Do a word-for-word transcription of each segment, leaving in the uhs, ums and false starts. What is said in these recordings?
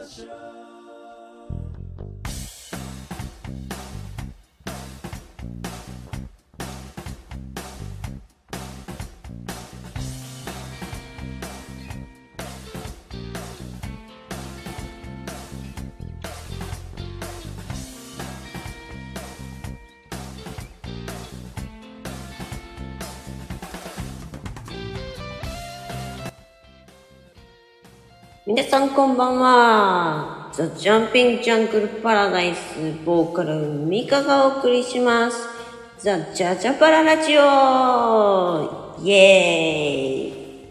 皆さんこんばんは。ザ・ジャンピング・ジャングル・パラダイスボーカルミカがお送りします。ザ・ジャジャパララジオイエーイ。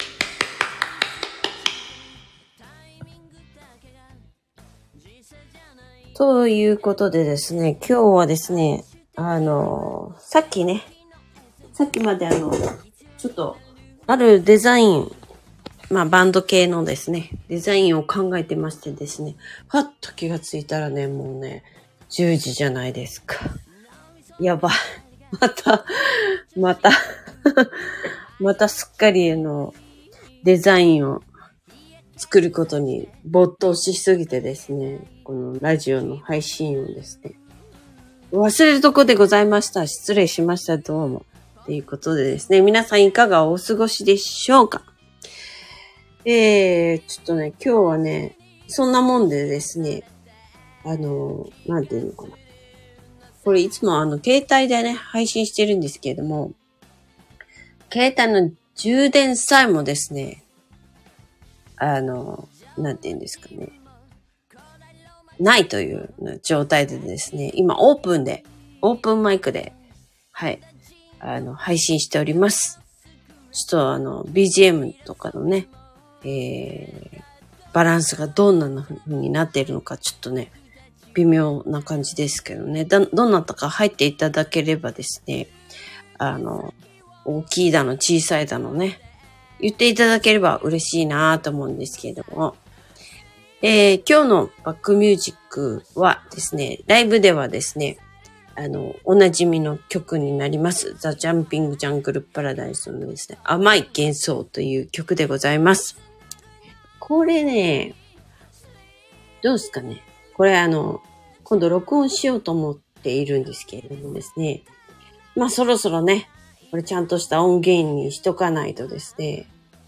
ということでですね、今日はですね、あの、さっきね、さっきまであの、ちょっと、あるデザイン、まあバンド系のですね、デザインを考えてましてですね、はっと気がついたらね、もうね、じゅうじじゃないですか。やばい。また、また、またすっかりあの、デザインを作ることに没頭しすぎてですね、このラジオの配信をですね、忘れるとこでございました。失礼しました。どうも。ということでですね、皆さんいかがお過ごしでしょうか。えー、ちょっとね、今日はね、そんなもんでですね、あの、なんていうのかな。これいつもあの、携帯でね、配信してるんですけれども、携帯の充電さえもですね、あの、なんていうんですかね、ないという状態でですね、今オープンで、オープンマイクで、はい、あの、配信しております。ちょっとあの、ビージーエム とかのね、えー、バランスがどんな風になっているのかちょっとね微妙な感じですけどね、だどなたか入っていただければですね、あの大きいだの小さいだのね言っていただければ嬉しいなと思うんですけれども、えー、今日のバックミュージックはですね、ライブではですね、あのおなじみの曲になりますザ・ジャンピング・ジャングル・パラダイスのですね、甘い幻想という曲でございます。これね、どうですかね。これあの、今度録音しようと思っているんですけれどもですね。まあそろそろね、これちゃんとした音源にしとかないとですね、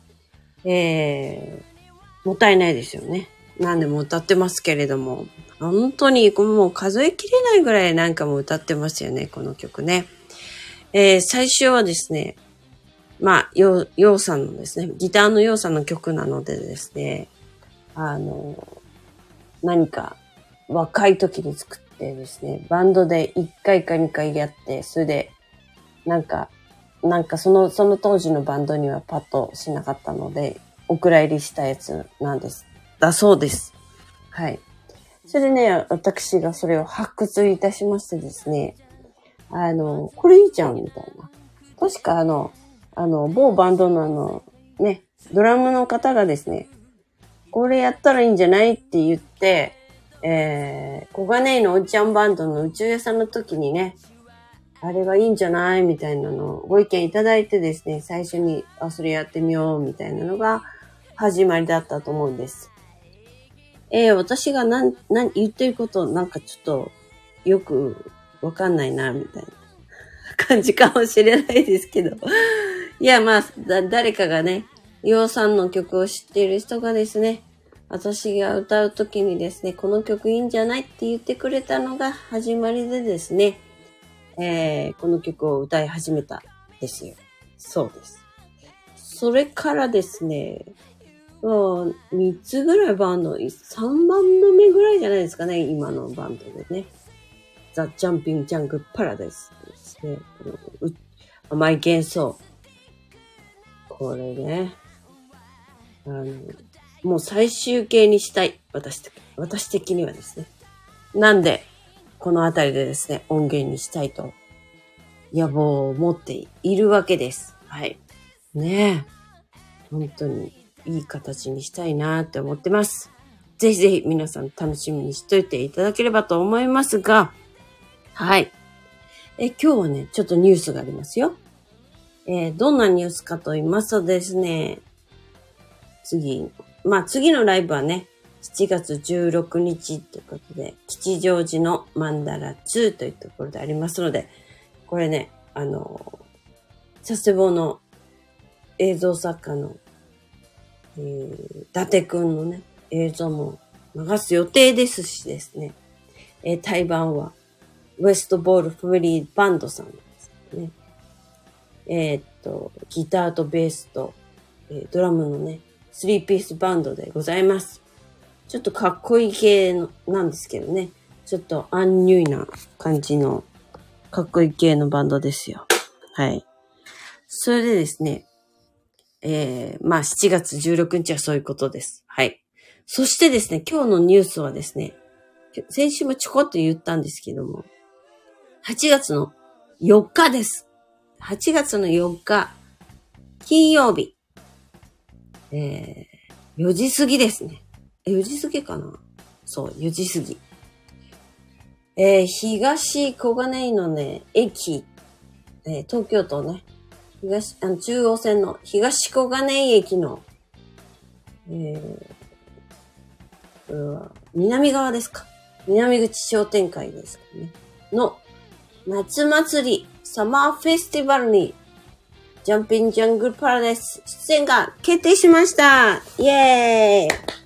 えー、もったいないですよね。何でも歌ってますけれども、本当にもう数えきれないぐらいなんかも歌ってますよね、この曲ね。えー、最初はですね、まあ、ヨウさんのですね、ギターのヨウさんの曲なのでですね、あの、何か若い時に作ってですね、バンドでいっかいかにかいやって、それで、なんか、なんかその、その当時のバンドにはパッとしなかったので、お蔵入りしたやつなんです。だそうです。はい。それでね、私がそれを発掘いたしましてですね、あの、これいいじゃん、みたいな。確かあの、あの、某バンドのあの、ね、ドラムの方がですね、これやったらいいんじゃないって言って、えー、小金井のおっちゃんバンドの宇宙屋さんの時にね、あれがいいんじゃないみたいなのをご意見いただいてですね、最初に、あ、それやってみようみたいなのが始まりだったと思うんです。えー、私がなん、なん、言ってることなんかちょっとよくわかんないな、みたいな感じかもしれないですけど。いや、まあ、だ、誰かがね、ヨウさんの曲を知っている人がですね、私が歌うときにですね、この曲いいんじゃないって言ってくれたのが始まりでですね、えー、この曲を歌い始めたですよ。そうです。それからですね、もうみっつぐらいバンド、さんばんめぐらいじゃないですかね、今のバンドでね。ザ・ジャンピング・ジャングル・パラダイスですね。甘い幻想。これね。あの、もう最終形にしたい。私、私的にはですね。なんで、このあたりでですね、音源にしたいと野望を持っているわけです。はい。ねえ。本当にいい形にしたいなって思ってます。ぜひぜひ皆さん楽しみにしといていただければと思いますが、はい。え、今日はね、ちょっとニュースがありますよ。えー、どんなニュースかと言いますとですね、次、まあ次のライブはね、 しちがつじゅうろくにちということで、吉祥寺のマンダラツーというところでありますので、これね、あの、佐世保の映像作家の、えー、伊達くんのね、映像も流す予定ですしですね、えー、対バンはウエストボールファミリーバンドさんですね。えー、っと、ギターとベースと、えー、ドラムのね、スリーピースバンドでございます。ちょっとかっこいい系のなんですけどね。ちょっとアンニュイな感じのかっこいい系のバンドですよ。はい。それでですね、えー、まあしちがつじゅうろくにちはそういうことです。はい。そしてですね、今日のニュースはですね、先週もちょこっと言ったんですけども、はちがつのよっかです。はちがつのよっか、金曜日。えー、よじ過ぎですね。よじ過ぎかな？そう、よじ過ぎ。えー、東小金井のね、駅、えー、東京都ね、東、あの、中央線の東小金井駅の、えー、これは南側ですか。南口商店会ですかね。の夏祭りサマーフェスティバルにジャンピンジャングルパラダイス出演が決定しました。イエーイ。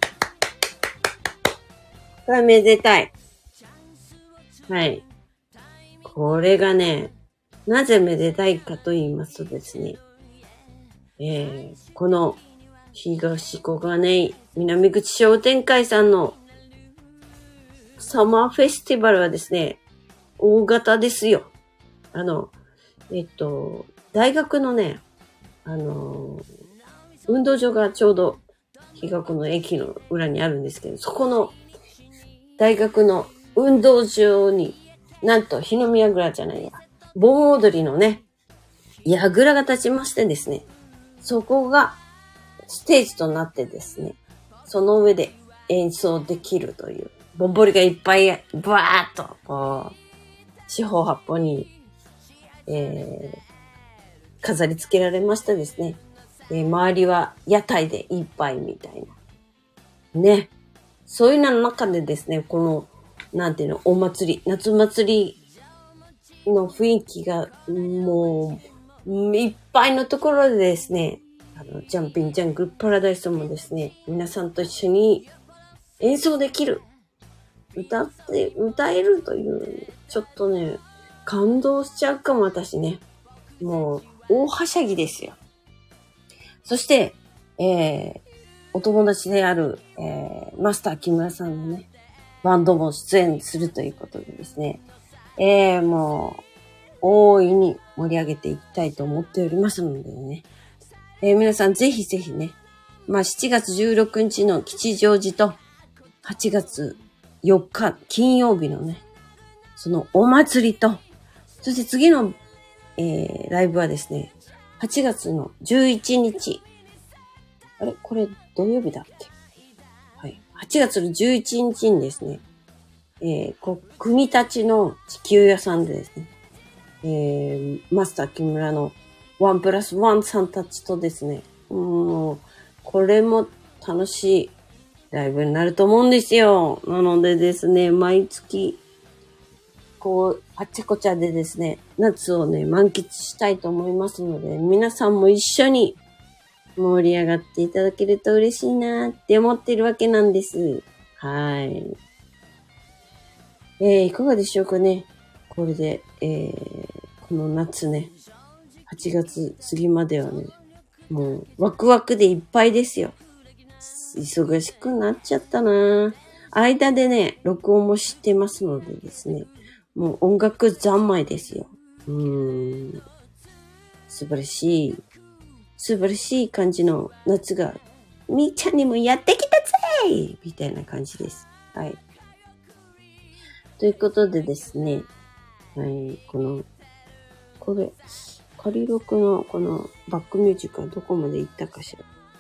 これはめでたい。はい。これがね、なぜめでたいかと言いますとですね、えー、この東小金井南口商店会さんのサマーフェスティバルはですね、大型ですよ。あの、えっと、大学のね、あの、運動場がちょうど東の駅の裏にあるんですけど、そこの大学の運動場に、なんと日の宮蔵じゃないや、盆踊りのね、櫓が立ちましてですね、そこがステージとなってですね、その上で演奏できるという、ぼんぼりがいっぱい、バーっと、こう、四方八方に、えー、飾り付けられましたですね。えー、周りは屋台でいっぱいみたいな。ね。そういうの中でですね、この、なんていうの、お祭り、夏祭りの雰囲気が、もう、いっぱいのところでですね、あの、ジャンピンジャングルパラダイスもですね、皆さんと一緒に演奏できる。歌って、歌えるという、ちょっとね、感動しちゃうかも、私ね。もう、大はしゃぎですよ。そして、えー、お友達である、えー、マスター木村さんのね、バンドも出演するということでですね、えー、もう、大いに盛り上げていきたいと思っておりますのでね。えー、皆さんぜひぜひね、まあしちがつじゅうろくにちの吉祥寺とはちがつよっか金曜日のね、そのお祭りと、そして次の、えー、ライブはですね、はちがつのじゅういちにち。あれこれ土曜日だっけ？はい。はちがつのじゅういちにちにですね、えー、こう、国立の地球屋さんでですね、えー、マスター木村のワンプラスワンさんたちとですね、もう、これも楽しいライブになると思うんですよ。なのでですね、毎月、こう、あっちこちゃでですね、夏をね、満喫したいと思いますので、皆さんも一緒に盛り上がっていただけると嬉しいなって思ってるわけなんです。はい。えー、いかがでしょうかね。これで、えー、この夏ね、はちがつ過ぎまではね、もうワクワクでいっぱいですよ。忙しくなっちゃったな。間でね、録音もしてますのでですね、もう音楽三昧ですよ。うーん。素晴らしい、素晴らしい感じの夏が、みーちゃんにもやってきたぜみたいな感じです。はい。ということでですね、はい、この、これ、カリロクのこのバックミュージックはどこまで行ったかしら。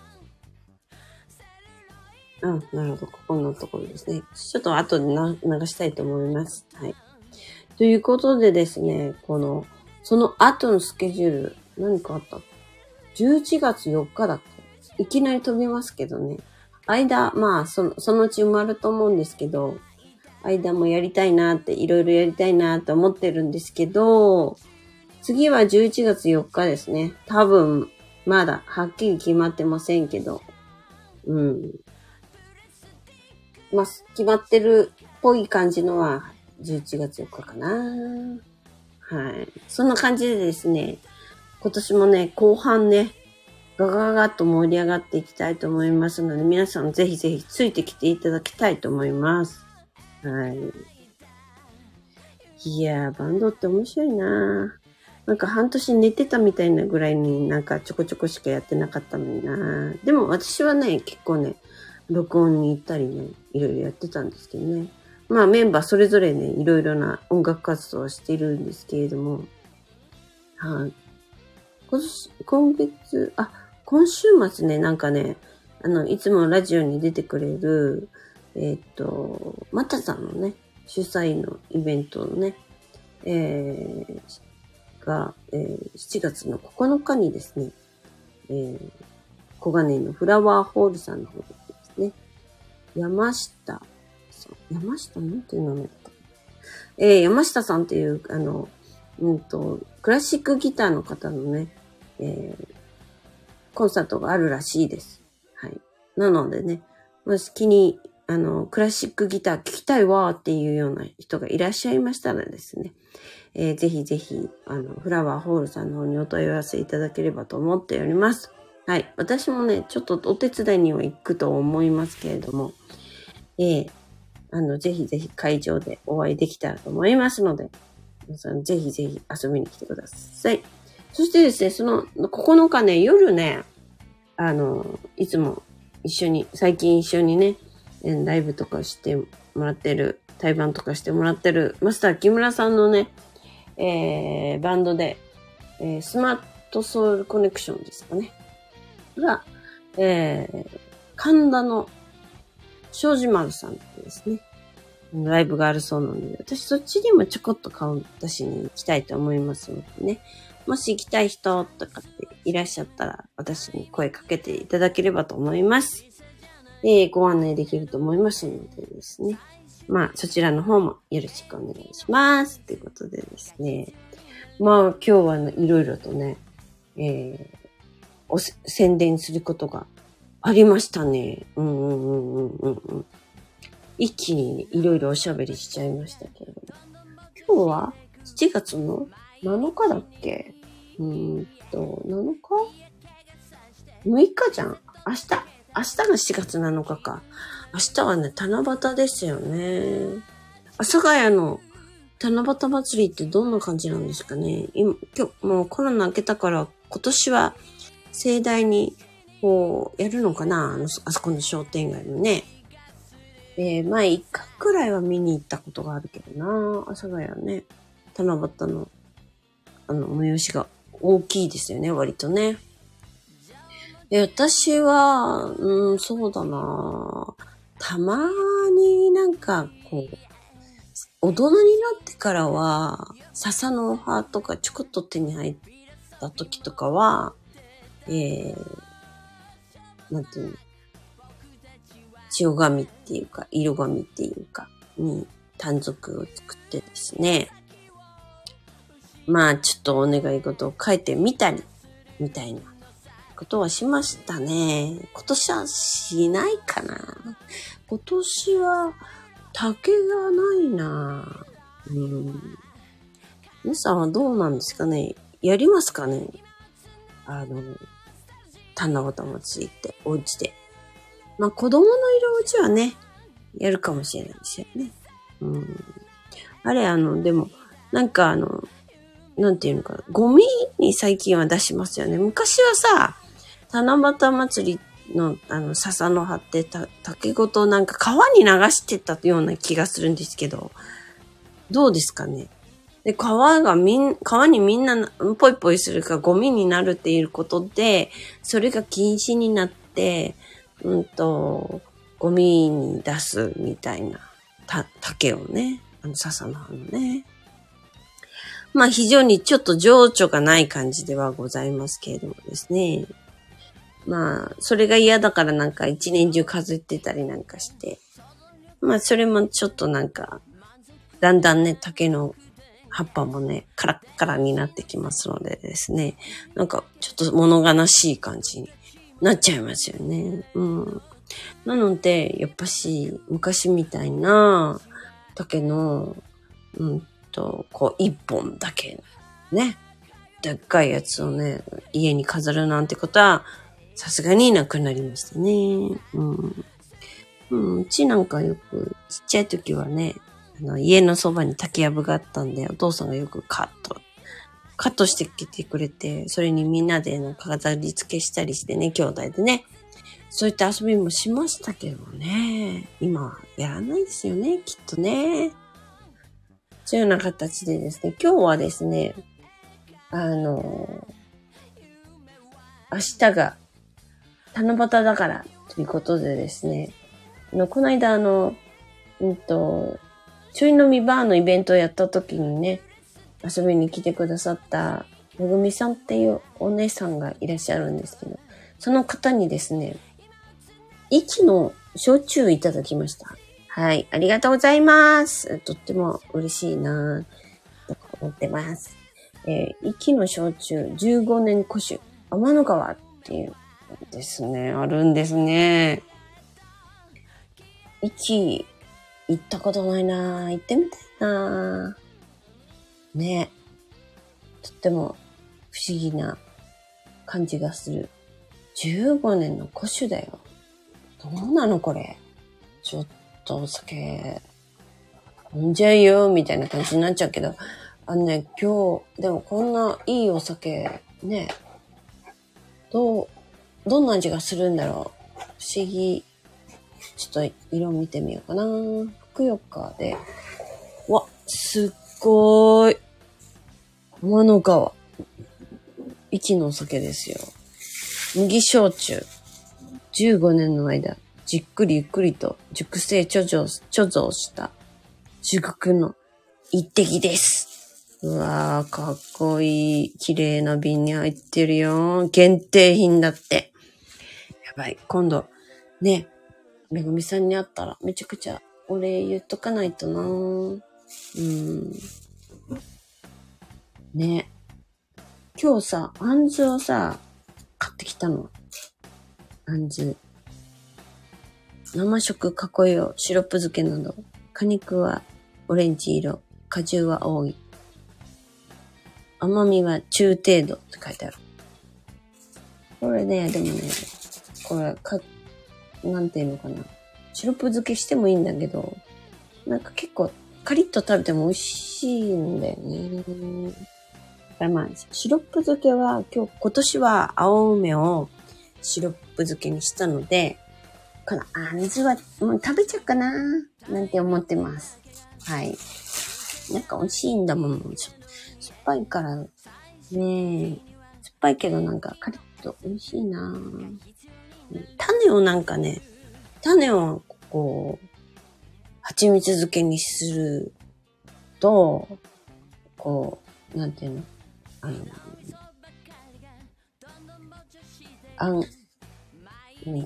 あ、なるほど。ここのところですね。ちょっと後でな流したいと思います。はい。ということでですね、この、その後のスケジュール、何かあった？ じゅういちがつよっかだっけ？いきなり飛びますけどね。 間、まあ、その、そのうち埋まると思うんですけど、間もやりたいなって、いろいろやりたいなって思ってるんですけど、次はじゅういちがつよっかですね。多分、まだはっきり決まってませんけど、うん。まあ、決まってるっぽい感じのはじゅういちがつよっかかな。はい。そんな感じでですね、今年もね、後半ね、ガガガガッと盛り上がっていきたいと思いますので、皆さんぜひぜひついてきていただきたいと思います。はい。いやー、バンドって面白いなー。なんか半年寝てたみたいなぐらいになんかちょこちょこしかやってなかったのにな。でも私はね、結構ね、録音に行ったりね、いろいろやってたんですけどね。まあメンバーそれぞれね、いろいろな音楽活動をしているんですけれども。はい。今年、今月、あ、今週末ね、なんかね、あの、いつもラジオに出てくれる、えーっと、またさんのね、主催のイベントのね、えー、が、えー、しちがつのここのかにですね、えー、小金井のフラワーホールさんの方でですね、山下さん、山下なんていう名前だった？えー、山下さんっていう、あの、うんと、クラシックギターの方のね、えー、コンサートがあるらしいです。はい。なのでね、もし気に、あの、クラシックギター聴きたいわーっていうような人がいらっしゃいましたらですね、えー、ぜひぜひ、あの、フラワーホールさんの方にお問い合わせいただければと思っております。はい。私もね、ちょっとお手伝いには行くと思いますけれども、えー、あの、ぜひぜひ会場でお会いできたらと思いますので、皆さんぜひぜひ遊びに来てください。そしてですね、そのここのかね、夜ね、あの、いつも一緒に、最近一緒にね、ライブとかしてもらってる、対バンとかしてもらってる、マスター木村さんのね、えー、バンドで、えー、スマートソウルコネクションですかね。が、えー、神田の庄司丸さんってですね、ライブがあるそうなので、私そっちにもちょこっと顔出しに行きたいと思いますのでね。もし行きたい人とかっていらっしゃったら、私に声かけていただければと思います。えー、ご案内できると思いますのでですね。まあ、そちらの方もよろしくお願いします。ということでですね。まあ、今日は、ね、いろいろとね、えー、お宣伝することがありましたね。うんうんうんうんうんうん。一気にいろいろおしゃべりしちゃいましたけれども。今日はしちがつのなのかだっけ？うーんと、なのか ?むいかじゃん。明日。明日がしちがつなのかか。明日はね、七夕ですよね。阿佐ヶ谷の七夕祭りってどんな感じなんですかね。今、今日、もうコロナ明けたから今年は盛大にこうやるのかな、あの、あそこの商店街のね。えー、前一回くらいは見に行ったことがあるけどな、阿佐ヶ谷ね。七夕の、あの、催しが大きいですよね、割とね。え、私は、うん、そうだな。たまになんか、こう、大人になってからは、笹の葉とかちょこっと手に入った時とかは、えー、なんていうの、千代紙っていうか、色紙っていうか、に短冊を作ってですね。まあ、ちょっとお願い事を書いてみたり、みたいなことはしましたね。今年はしないかな。今年は竹がないな。うん。皆さんはどうなんですかね。やりますかね。あの、七夕祭りってお家で。まあ子供のいるお家はね、やるかもしれないですよね。うん。あれ、あの、でも、なんかあの、なんていうのかな、ゴミに最近は出しますよね。昔はさ、七夕祭りの、あの、笹の葉ってた、竹ごとなんか川に流してたような気がするんですけど、どうですかね。で、川がみん、川にみんなポイポイするかゴミになるっていうことで、それが禁止になって、うんと、ゴミに出すみたいな、た、竹をね、あの笹の葉のね。まあ非常にちょっと情緒がない感じではございますけれどもですね。 まあ、それが嫌だからなんか一年中数えてたりなんかして。まあ、それもちょっとなんか、だんだんね、竹の葉っぱもね、カラッカラになってきますのでですね。なんか、ちょっと物悲しい感じになっちゃいますよね。うん。なので、やっぱし、昔みたいな竹の、うんと、こう、一本だけ、ね。でっかいやつをね、家に飾るなんてことは、さすがになくなりましたね。うん。うん、うちなんかよく、ちっちゃい時はね、あの家のそばに竹やぶがあったんで、お父さんがよくカット、カットしてきてくれて、それにみんなでなんか飾り付けしたりしてね、兄弟でね。そういった遊びもしましたけどね。今はやらないですよね、きっとね。そういうような形でですね、今日はですね、あの、明日が七夕だからということでですね、あの、この間あの、うんと、ちょい飲みバーのイベントをやった時にね、遊びに来てくださっためぐみさんっていうお姉さんがいらっしゃるんですけど、その方にですね、息の焼酎いただきました。はい、ありがとうございます。とっても嬉しいなと思ってます。えー、息の焼酎じゅうごねん古酒、天の川っていうですね、あるんですね。息、行ったことないなぁ。行ってみたいなぁ。ね。とっても不思議な感じがする。じゅうごねんの古酒だよ。どうなのこれ。ちょっとお酒、飲んじゃうよ、みたいな感じになっちゃうけど。あのね、今日、でもこんないいお酒、ね。どう、どんな味がするんだろう。不思議。ちょっと色見てみようかな。ふくよかで。わ、すっごーい。天の川。息のお酒ですよ。麦焼酎。じゅうごねんの間、じっくりゆっくりと熟成貯蔵、貯蔵した珠玉の一滴です。うわー、かっこいい。綺麗な瓶に入ってるよ。限定品だって。やばい。今度、ね、めぐみさんに会ったらめちゃくちゃお礼言っとかないとなー。うん。ね。今日さ、あんずをさ、買ってきたの。あんず。生食囲いをシロップ漬けなど。果肉はオレンジ色。果汁は青い。甘みは中程度って書いてある。これね、でもね、これ、か、なんていうのかな。シロップ漬けしてもいいんだけど、なんか結構カリッと食べても美味しいんだよね。だからまあ、シロップ漬けは今日、今年は青梅をシロップ漬けにしたので、このあんずはもう食べちゃうかななんて思ってます。はい。なんか美味しいんだもん。しょっぱいからねえ。しょっぱいけどなんかカリッと美味しいな種をなんかね、種をこう、蜂蜜漬けにすると、こう、なんていうのあの、あん、うん、うん、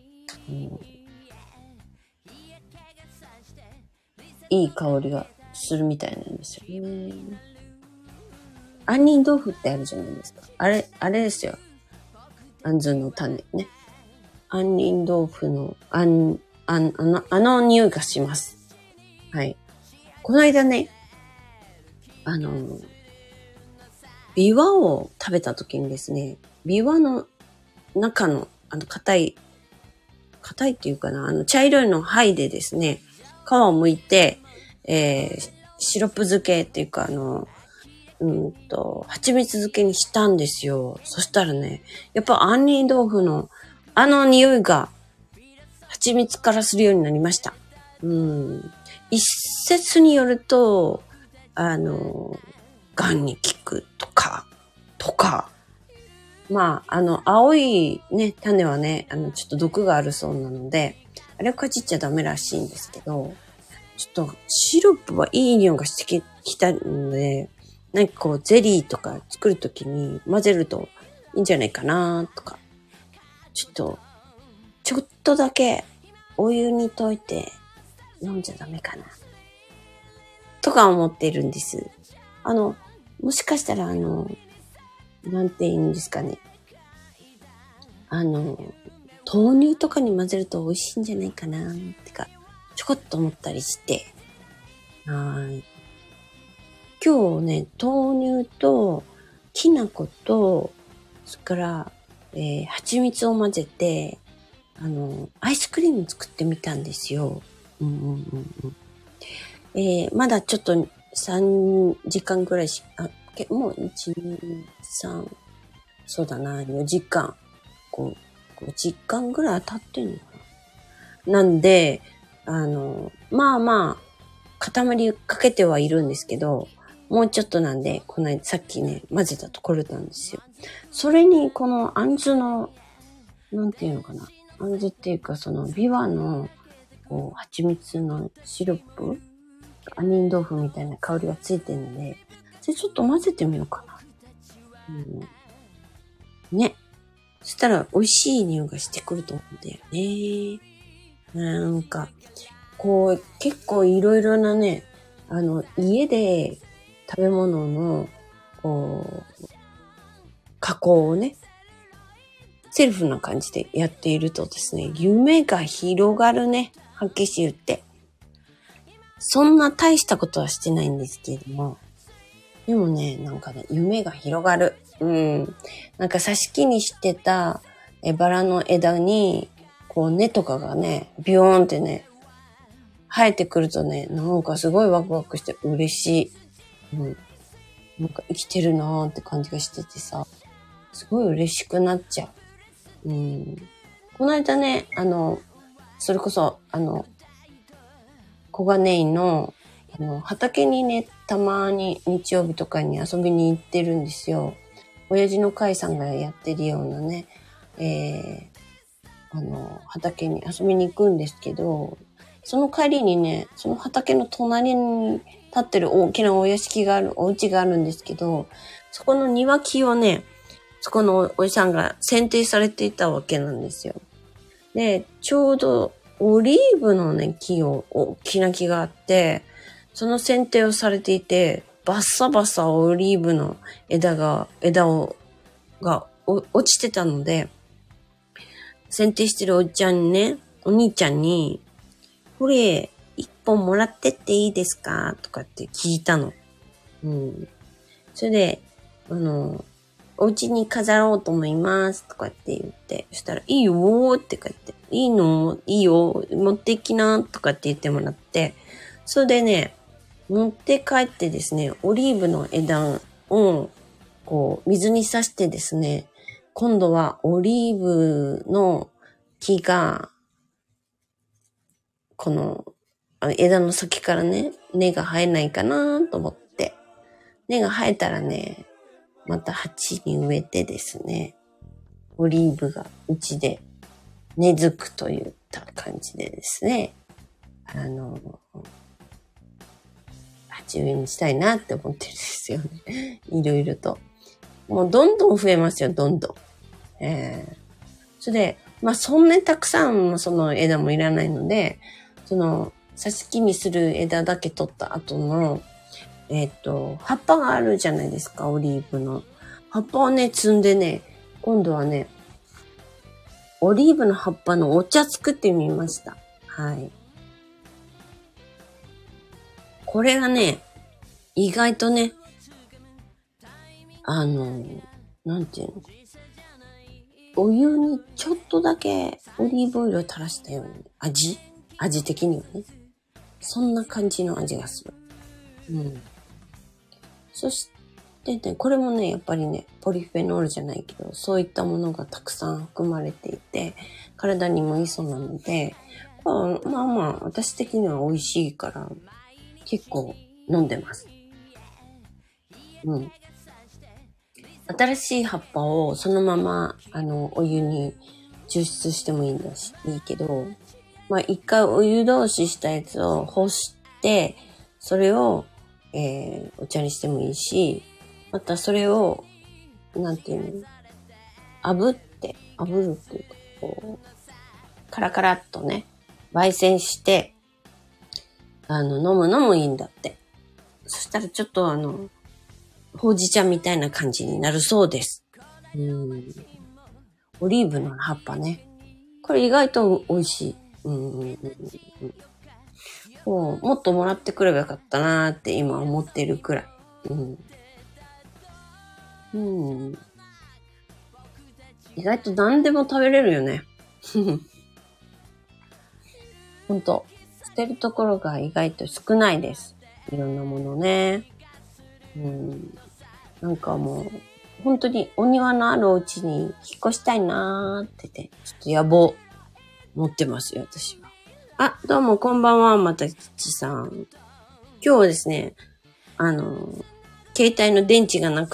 いい香りがするみたいなんですよね。杏仁豆腐ってあるじゃないですか。あれ、あれですよ。あんずの種ね。杏仁豆腐の、あん、あん、あの、あの匂いがします。はい。この間ね、あの、ビワを食べた時にですね、ビワの中の、あの、硬い、硬いっていうかな、あの、茶色いの剥いでですね、皮を剥いて、えー、シロップ漬けっていうか、あの、うんと、蜂蜜漬けにしたんですよ。そしたらね、やっぱ杏仁豆腐の、あの匂いが、蜂蜜からするようになりました。うん。一説によると、あの、癌に効くとか、とか、まあ、あの、青いね、種はね、あの、ちょっと毒があるそうなので、あれをかじっちゃダメらしいんですけど、ちょっと、シロップはいい匂いがしてきたので、なんかこう、ゼリーとか作るときに混ぜるといいんじゃないかなとかちょっと、ちょっとだけお湯に溶いて飲んじゃダメかな。とか思っているんです。あの、もしかしたらあの、なんて言うんですかね。あの、豆乳とかに混ぜると美味しいんじゃないかなってか、ちょこっと思ったりして。はい。今日ね、豆乳と、きな粉と、それから、えー、蜂蜜を混ぜて、あの、アイスクリーム作ってみたんですよ。うんうんうんうん。えー、まだちょっとさんじかんぐらいし、あ、もういち、に、さん、そうだな、よじかん、ご、ごじかんぐらい経ってんのかな。なんで、あの、まあまあ、塊かけてはいるんですけど、もうちょっとなんで、この間さっきね、混ぜたところなんですよ。それに、このあんずの、なんていうのかな。あんずっていうか、その、ビワの、こう、蜂蜜のシロップ杏仁豆腐みたいな香りがついてるので、それちょっと混ぜてみようかな。うん、ね。そしたら美味しい匂いがしてくると思うんだよね。なんか、こう、結構いろいろなね、あの、家で食べ物の、こう、加工をね、セルフな感じでやっているとですね、夢が広がるね、はっきり言って。そんな大したことはしてないんですけれども、でもね、なんかね、夢が広がる。うん。なんか挿し木にしてたえバラの枝に、こう根とかがね、ビヨーンってね、生えてくるとね、なんかすごいワクワクして嬉しい。うん。なんか生きてるなーって感じがしててさ、すごい嬉しくなっちゃう。うん。この間ね、あの、それこそ、あの、小金井の、あの、畑にね、たまに日曜日とかに遊びに行ってるんですよ。親父の会さんがやってるようなね、えー、あの、畑に遊びに行くんですけど、その帰りにね、その畑の隣に立ってる大きなお屋敷がある、お家があるんですけど、そこの庭木をね、そこのおじさんが剪定されていたわけなんですよ。で、ちょうどオリーブのね、木を、大きな木があって、その剪定をされていて、バッサバサオリーブの枝が、枝を、が落ちてたので、剪定してるおじちゃんにね、お兄ちゃんに、これ、一本もらってっていいですかとかって聞いたの。うん。それで、あの、お家に飾ろうと思いますとかって言って、そしたら、いいよーってか言って、いいのいいよ持ってきなとかって言ってもらって、それでね、持って帰ってですね、オリーブの枝を、こう、水に刺してですね、今度はオリーブの木が、この、枝の先からね、根が生えないかなと思って、根が生えたらね、また鉢に植えてですね、オリーブがうちで根付くといった感じでですね、あの、鉢植えにしたいなって思ってるんですよね。いろいろと。もうどんどん増えますよ、どんどん。えー、それで、まあそんなにたくさんその枝もいらないので、その挿し木にする枝だけ取った後の、えっと、葉っぱがあるじゃないですか、オリーブの。葉っぱをね、摘んでね、今度はね、オリーブの葉っぱのお茶作ってみました。はい。これがね、意外とね、あの、なんていうの、お湯にちょっとだけオリーブオイルを垂らしたように、味味的にはね。そんな感じの味がする。うん。そしてね、これもね、やっぱりね、ポリフェノールじゃないけど、そういったものがたくさん含まれていて、体にもいいそうなので、まあまあまあ、私的には美味しいから、結構飲んでます。うん。新しい葉っぱをそのまま、あの、お湯に抽出してもいいんだし、いいけど、まあ一回お湯通ししたやつを干して、それを、えー、お茶にしてもいいし、またそれを、なんていうの、炙って、炙るっていうか、 こう、カラカラっとね、焙煎して、あの、飲むのもいいんだって。そしたらちょっとあの、ほうじ茶みたいな感じになるそうです。うん。オリーブの葉っぱね。これ意外と美味しい。うんうんうんうん、もうもっともらってくればよかったなーって今思ってるくらい。うん。うん。意外と何でも食べれるよね。ほんと。捨てるところが意外と少ないです。いろんなものね。うん。なんかもう、本当にお庭のあるお家に引っ越したいなーって言って、ちょっと野望持ってますよ、私は。あ、どうもこんばんは、またきちさん。今日はですね、あの、携帯の電池がなくって、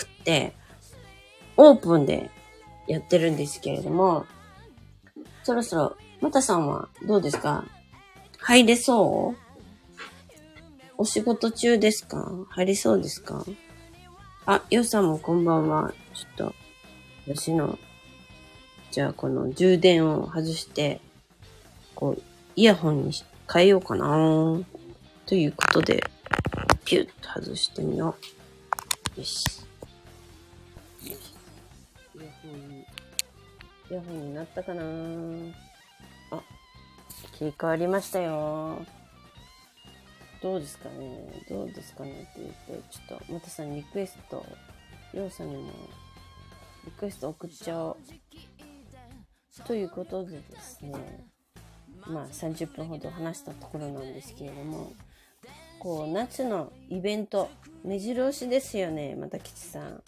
オープンでやってるんですけれども、そろそろ、またさんはどうですか？入れそう？お仕事中ですか？入れそうですか？あ、よさんもこんばんは。ちょっと、私の、じゃあこの充電を外して、こう、イヤホンに変えようかな。ということで、ピュッと外してみよう。よし。イヤホンに、イヤホンになったかな。あ、切り替わりましたよ。どうですかねどうですかねって言って、ちょっと、またさんリクエスト、りょうさんにも、リクエスト送っちゃおう。ということでですね、まあさんじゅっぷんほど話したところなんですけれども、こう、夏のイベント、目白押しですよね、また吉さん。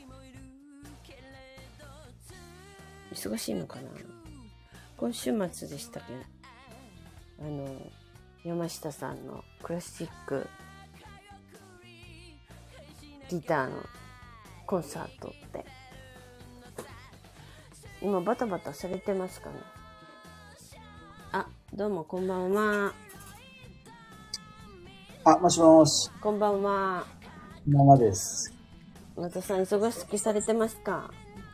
忙しいのかな？今週末でしたけど、あの、山下さんのクラシックギターのコンサートって、今バタバタされてますかね？あ、どうもこんばんは。 あ、もしもし。 こんばんは。 こんばんはです。 またさん忙しくされてますか？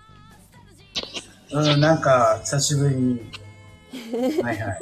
うん、なんか、久しぶりに。はいはい。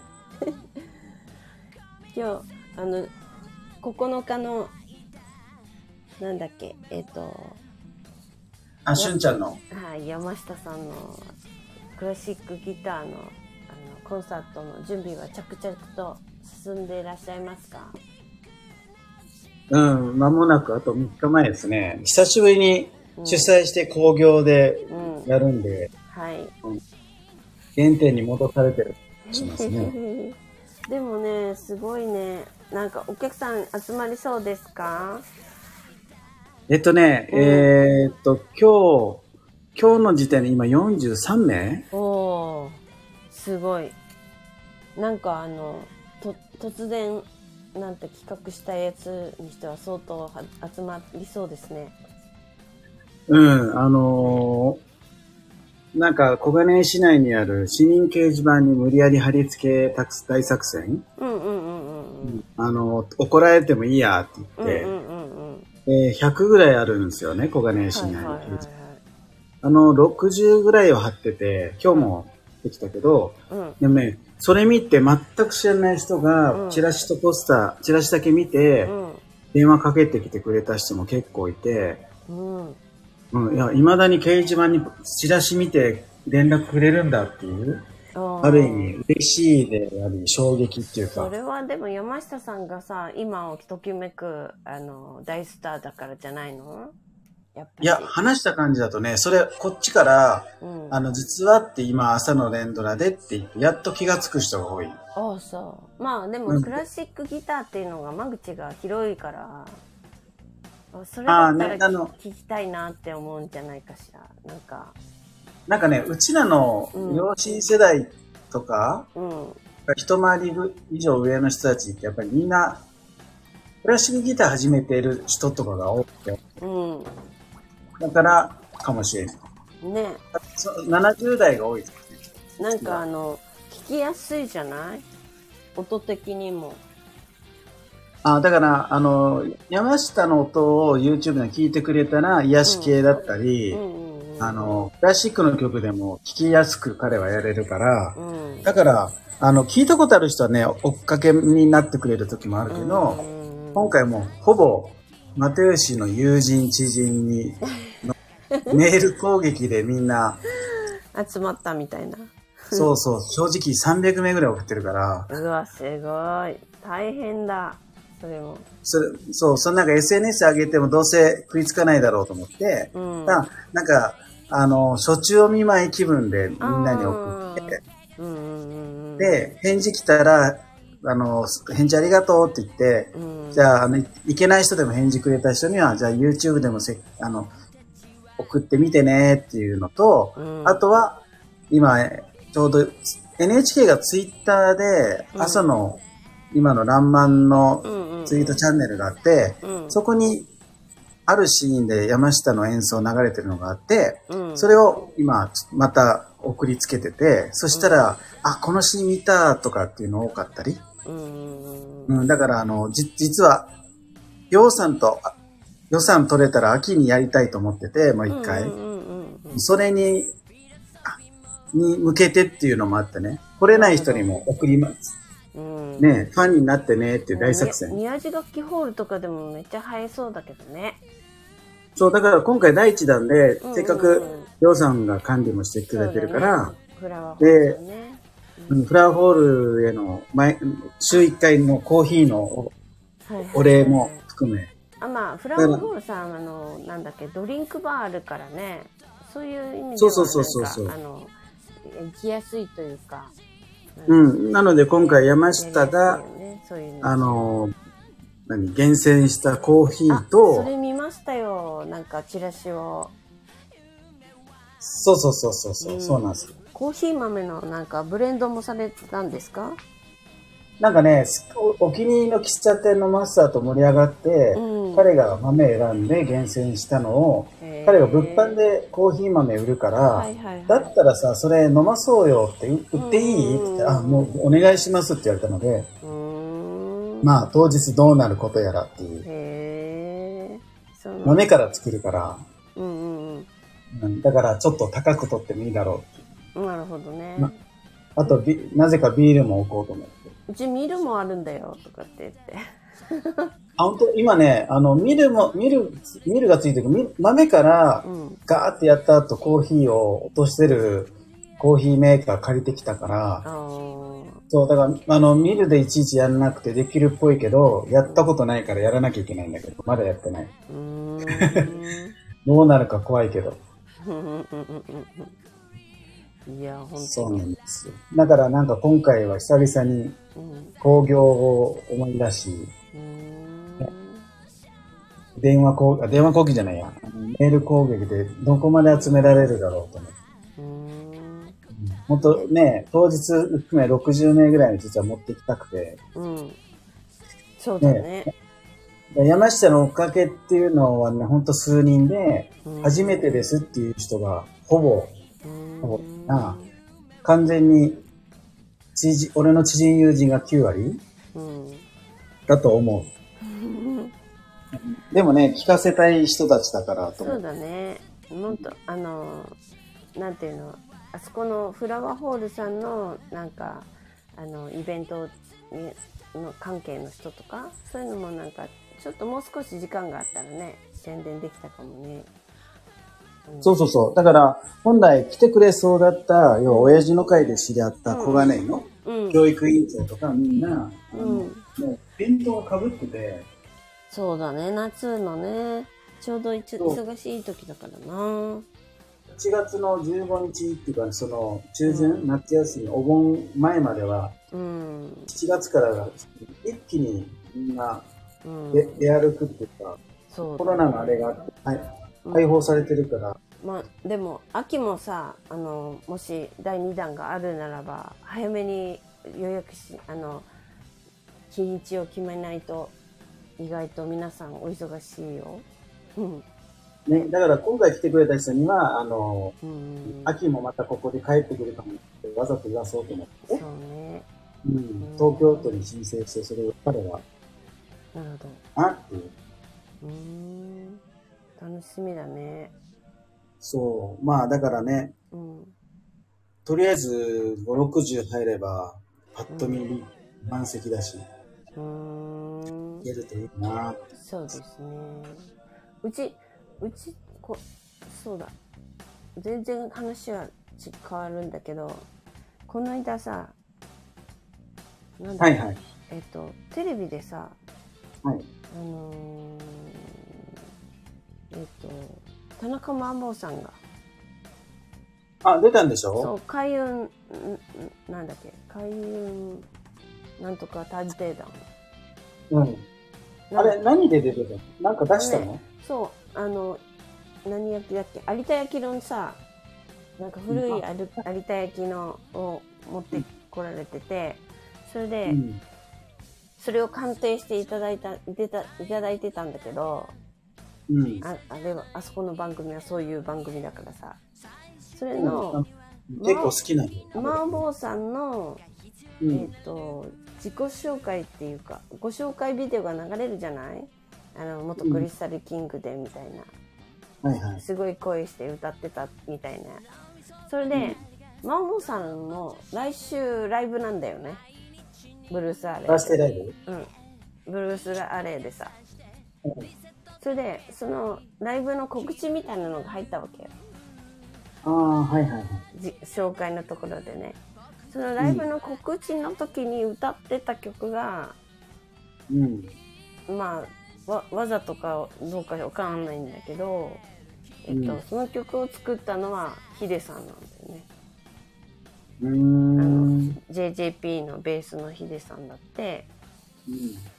今日、あの、ここのかの、なんだっけ、えっと、 あ、しゅんちゃんの。 はい、山下さんのクラシックギターの、あの、コンサートの準備は着々と進んでいらっしゃいますか？ うん、間もなくあとみっかまえですね。久しぶりに主催して興行でやるんで、 うんうん、はい、 うん。原点に戻されてるしますね。 でもね、すごいね。なんかお客さん集まりそうですか？ えっとね、うん、えー、っと、今日、今日の時点で今よんじゅうさんめい？ おー、すごい。なんかあの、と、突然、なんて企画したやつにしては相当集まりそうですね。 うん、あのー、なんか小金井市内にある市民掲示板に無理やり貼り付け大作戦、 うんうんうんうんうん、 あのー、怒られてもいいやって言って、うんうんうんうん、えー、ひゃくぐらいあるんですよね、小金井市内に。はいはいはいはい、あの、ろくじゅうぐらいを貼ってて、今日もできたけど、うん、でもね、それ見て全く知らない人が、チラシとポスター、チラシだけ見て、うん、電話かけてきてくれた人も結構いて、うんうん、いや、未だに掲示板にチラシ見て連絡くれるんだっていう、ある意味嬉しいであり衝撃っていうか。 それはでも山下さんがさ、今をときめく、あの、大スターだからじゃないの？ やっぱりいや、話した感じだとね、それ、こっちから、うん、あの、実はって今朝の連ドラでって言って、やっと気がつく人が多い。 ああ、そう。まあでも、クラシックギターっていうのが間口が広いから、それだったら聞きたいなって思うんじゃないかしら。なんか。 なんかね、うちらの両親世代とか、うん、一回り以上上の人たちってやっぱりみんな、クラシックギター始めてる人とかが多くて。うん。だからかもしれない。ね。ななじゅう代が多いですね。なんかあの、聞きやすいじゃない？音的にも。 あ、だから、あの、山下の音を YouTube で聞いてくれたら癒し系だったり、あの、クラシックの曲でも聴きやすく彼はやれるから、うん、だから、あの、聞いたことある人はね、追っかけになってくれる時もあるけど、うん、今回もほぼ、又吉の友人、知人に、メール攻撃でみんな、 集まったみたいな。 そうそう、正直さんびゃくめいぐらい送ってるから。 うわ、すごい。大変だ。それも。 それ、そう、そのなんか エスエヌエス 上げてもどうせ食いつかないだろうと思って、うん、だなんか、あの、初中お見舞い気分でみんなに送って、で、返事来たら、あの、返事ありがとうって言って、うん、じゃあ、あの、いけない人でも返事くれた人には、じゃあ YouTube でもせ、あの、送ってみてねっていうのと、うん、あとは、今、ちょうど エヌエイチケー がツイッターで朝の今のらんまんのツイートチャンネルがあって、そこにあるシーンで山下の演奏流れてるのがあって、それを今また送りつけてて、そしたら、あ、このシーン見たとかっていうの多かったり。うん、だからあの、じ、実は、ようさんと予算取れたら秋にやりたいと思ってて、もう一回。それに、に向けてっていうのもあってね、来れない人にも送ります。うん、ね、ファンになってねっていう大作戦。 宮地楽器ホールとかでもめっちゃ映えそうだけどね。 そう、だから今回第一弾で、うんうんうん、せっかくりょうさんが管理もしてくれてるから、ね、 フラワーホール、ね、 で、うん、フラワーホールへの毎週いっかいのコーヒーのお礼も含め。はいはいはい、 あ、まあ、フラワーホールさん、あの、なんだっけ、ドリンクバーあるからね、そういう意味ではなんか、 そうそうそうそうそう、 あの、行きやすいというか。 うん。なので今回山下が、ね、そういうのあの、何、厳選したコーヒーと、 それ見ましたよ。なんかチラシを。 そうそうそうそうそう、うん、そうなんですよ。 コーヒー豆のなんかブレンドもされてたんですか？ なんかね、お, お気に入りの喫茶店のマスターと盛り上がって、うん、彼が豆選んで厳選したのを、彼が物販でコーヒー豆売るから、はいはいはい、だったらさ、それ飲まそうよって、売っていいって言って、あ、もうお願いしますって言われたので、まあ当日どうなることやらっていう。へー、豆から作るから、うんうんうん、だからちょっと高く取ってもいいだろうって。なるほどね。 まあとビ、なぜかビールも置こうと思って。 うちミルもあるんだよとかって言って。 あ、本当今ね、あの、ミルも、ミル、ミルがついてる、豆からガーってやった後コーヒーを落としてるコーヒーメーカー借りてきたから、そう、だから、あの、ミルでいちいちやらなくてできるっぽいけど、やったことないからやらなきゃいけないんだけど、まだやってない。うーんどうなるか怖いけど。 いや、本当に。 そうなんですよ。だからなんか今回は久々に興行を思い出し、うん、電話攻撃、電話攻撃じゃないや、メール攻撃でどこまで集められるだろうと思って。本当ね、当日含めろくじゅうめいぐらいの実は持ってきたくて。うん。 そうだね。 ね、山下の追っかけっていうのはね、ほんと数人で、初めてですっていう人がほぼ、ほぼな、完全に知人、俺の知人友人がきゅうわり、うん、だと思う。でもね、聞かせたい人たちだからと思う。 そうだね。もっと、あの、なんていうの、あそこのフラワーホールさんのなんかあのイベントの関係の人とかそういうのもなんかちょっともう少し時間があったらね宣伝できたかもね、 うん、そうそうそうだから本来来てくれそうだった要は親父の会で知り合った小金井の教育委員長とかみんな、うん、もうイベントが被っててそうだね夏のねちょうどいつ忙しい時だからなはちがつのじゅうごにちっていうか、その中旬、うん、夏休み、お盆前までは、うん、しちがつから一気にみんな出、うん、出歩くっていうか、そうコロナのあれが、はい、解放されてるから。 うん、まあ、でも、秋もさ、あの、もしだいにだんがあるならば、早めに予約し、あの、日にちを決めないと、意外と皆さんお忙しいよ。うんね、だから今回来てくれた人には、あの、うん、秋もまたここで帰ってくるかもってわざと言わそうと思って。そうね。うん。東京都に申請して、それを彼はなるほど。 あっていう。 うーん。楽しみだね。 そう。まあだからね、 うん、 とりあえずご、ろくじゅう入れば、パッと見満席だし、 うん、うーん。 いけるといいなって。 そうですね。うち、うち、こ、そうだ。全然話は変わるんだけど、この間さ、なんだっけ、 はいはい。 えっと、テレビでさ、 はい。 あのー、えっと、田中マンボウさんが、 あ、出たんでしょ？ そう、開運、んなんだっけ、開運、なんとか探偵団。 うん。あれ、何で出てたの？なんか出したの？ ね、そう、あの、何焼きだっけ、有田焼のさ、なんか古い有田焼のを持ってこられてて、それで、うん、それを鑑定していただいた、出た、いただいてたんだけど、うん、あ, あれは、あそこの番組はそういう番組だからさ、それの、 うん、結構好きなの。 マーボーさんの、うん、えっ、ー、と、自己紹介っていうか、ご紹介ビデオが流れるじゃない？あの、元クリスタルキングでみたいな。はいはい。すごい声して歌ってたみたいな。それで、うん、マーボーさんも来週ライブなんだよね。ブルースアレイ。 バースデーライブ？うん。ブルースアレイでさ。うん、それで、そのライブの告知みたいなのが入ったわけよ。 ああ、はいはいはい。 紹介のところでね。そのライブの告知の時に歌ってた曲が、うん、まあわ、わざとかどうかわかんないんだけど、えっと、うん、その曲を作ったのはヒデさんなんだよね。うーん、あの ジェイジェーピー のベースのヒデさんだって、うん、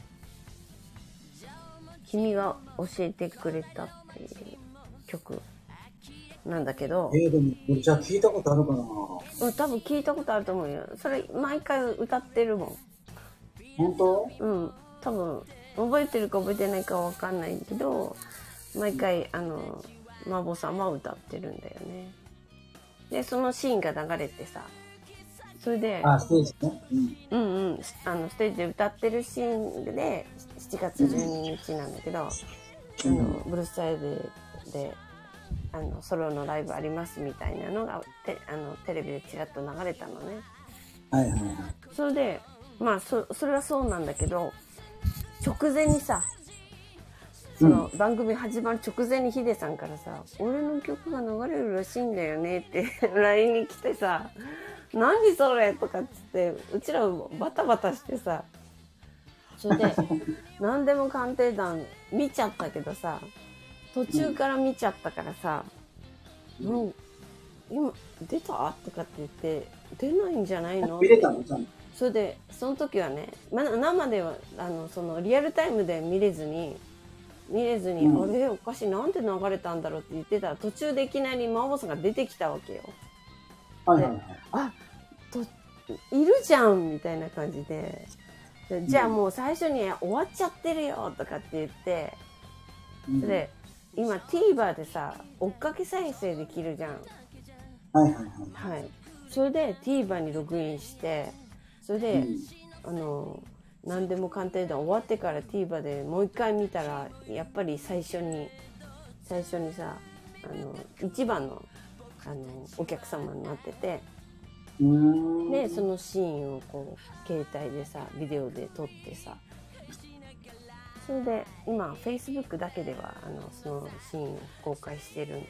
君が教えてくれたっていう曲なんだけど。 えー、でもじゃあ聞いたことあるかな？ うん、多分聞いたことあると思うよ。それ毎回歌ってるもん。 本当？ うん、多分覚えてるか覚えてないかは分かんないけど、毎回あのマーボーさんは歌ってるんだよね。でそのシーンが流れてさ、それで、 あ、ステージね、 うん、うんうん、あのステージで歌ってるシーンでしちがつじゅうににちなんだけど、うん、あのブルースタイルであのソロのライブありますみたいなのがてあのテレビでちらっと流れたのね。 はいはいはい。 それでまあ そ, それはそうなんだけど、直前にさ、その番組始まる直前にヒデさんからさ、うん、俺の曲が流れるらしいんだよねって ライン に来てさ、何それとかっつってうちらバタバタしてさ、それで何でも鑑定団見ちゃったけどさ、途中から見ちゃったからさ、うん、うん、今出たとかって言って出ないんじゃないの？ 見れたの？ それでその時はね、ま、生ではあのそのリアルタイムで見れずに見れずに、うん、あれおかしい、なんで流れたんだろうって言ってたら、途中でいきなりマーボーさんが出てきたわけよ。 はいはいはい、 あといるじゃんみたいな感じで、じゃあもう最初に終わっちゃってるよとかって言って、うん、で今 TVer でさ追っかけ再生できるじゃん。 はいはいはい、 はい、それで TVer にログインして、それで、うん、あの何でも鑑定団終わってから TVer でもう一回見たら、やっぱり最初に最初にさ、あの一番のあのお客様になってて、うーん、でそのシーンをこう携帯でさビデオで撮ってさ、それで今 Facebook だけではあのそのシーンを公開してるんだ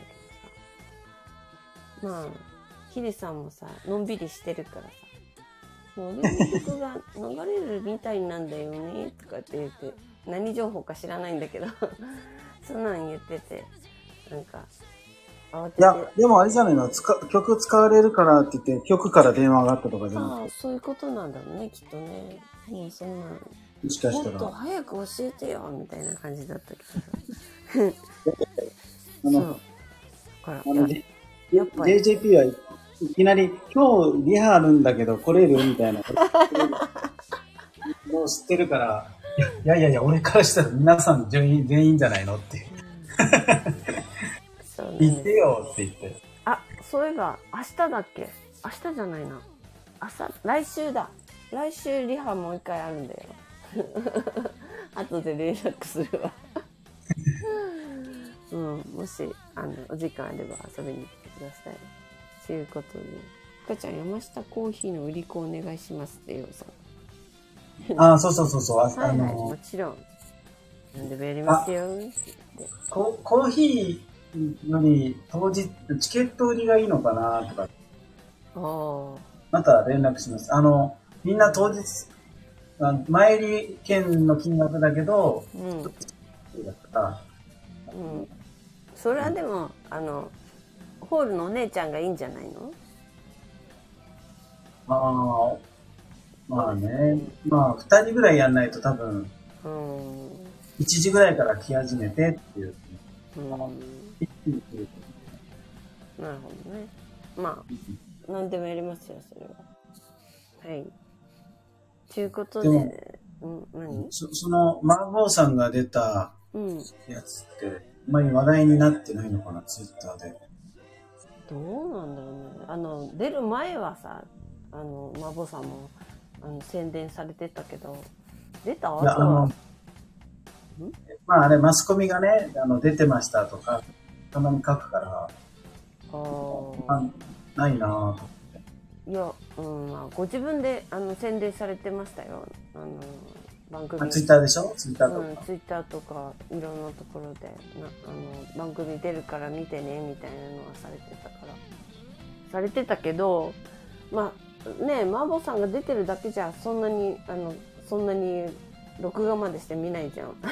けどさ、まあヒデさんもさのんびりしてるからさ、俺の曲が流れるみたいなんだよねとかって言って、何情報か知らないんだけどそんなん言ってて、なんか慌てて、いやでもあれじゃないの、つか曲使われるからって言って曲から電話があったとかじゃなくて、 ああそういうことなんだろうねきっとね。もうそんなもしかしたらもっと早く教えてよみたいな感じだったけどあのそうからあのやっぱり ジェイジェーピー はいきなり今日リハあるんだけど来れるみたいなもう知ってるから、いやいやいや俺からしたら皆さん全員全員じゃないのっていう、うん、言ってよって言って、 あ、そういえば明日だっけ、明日じゃないな、明日来週だ、来週リハもう一回あるんだよ後で連絡するわ。うん、もし、あの、お時間あれば遊びに来てください。ということで、かちゃん、山下コーヒーの売り子お願いしますってよさん。 ああ、そうそうそうそう。あ、 はいはい、 あのもちろん。なんでもやりますよって言って。 ココーヒーより当日、チケット売りがいいのかなとか。 ああ。 また連絡します。あの、みんな当日、前入り券の金額だけど、 うん。 だったら、 うん。それはでも、あの、ホールのお姉ちゃんがいいんじゃないの？ まあ、まあね。まあ、二人ぐらいやんないと多分、うん、いちじぐらいから来始めてっていう。うん、なるほどね。まあ、何でもやりますよ、それは。はい。ということで、でうん、何？ そ, その、マーボーさんが出たやつって、うん、あまり話題になってないのかな、ツイッターで。 どうなんだろうね。あの、出る前はさ、あの、マーボーさんも、あの、宣伝されてたけど、出た後は、あの、 まああれ、マスコミがね、あの、出てましたとか、たまに書くから、あないなぁと。 いや、うん、まあ、ご自分で、あの、宣伝されてましたよ。あの、番組。 ツイッターでしょ？ツイッターとか。 うん、ツイッターとか、いろんなところで、な、あの、番組出るから見てね、みたいなのはされてたから。されてたけど、まあ、ね、マーボーさんが出てるだけじゃ、そんなに、あの、そんなに、録画までして見ないじゃん。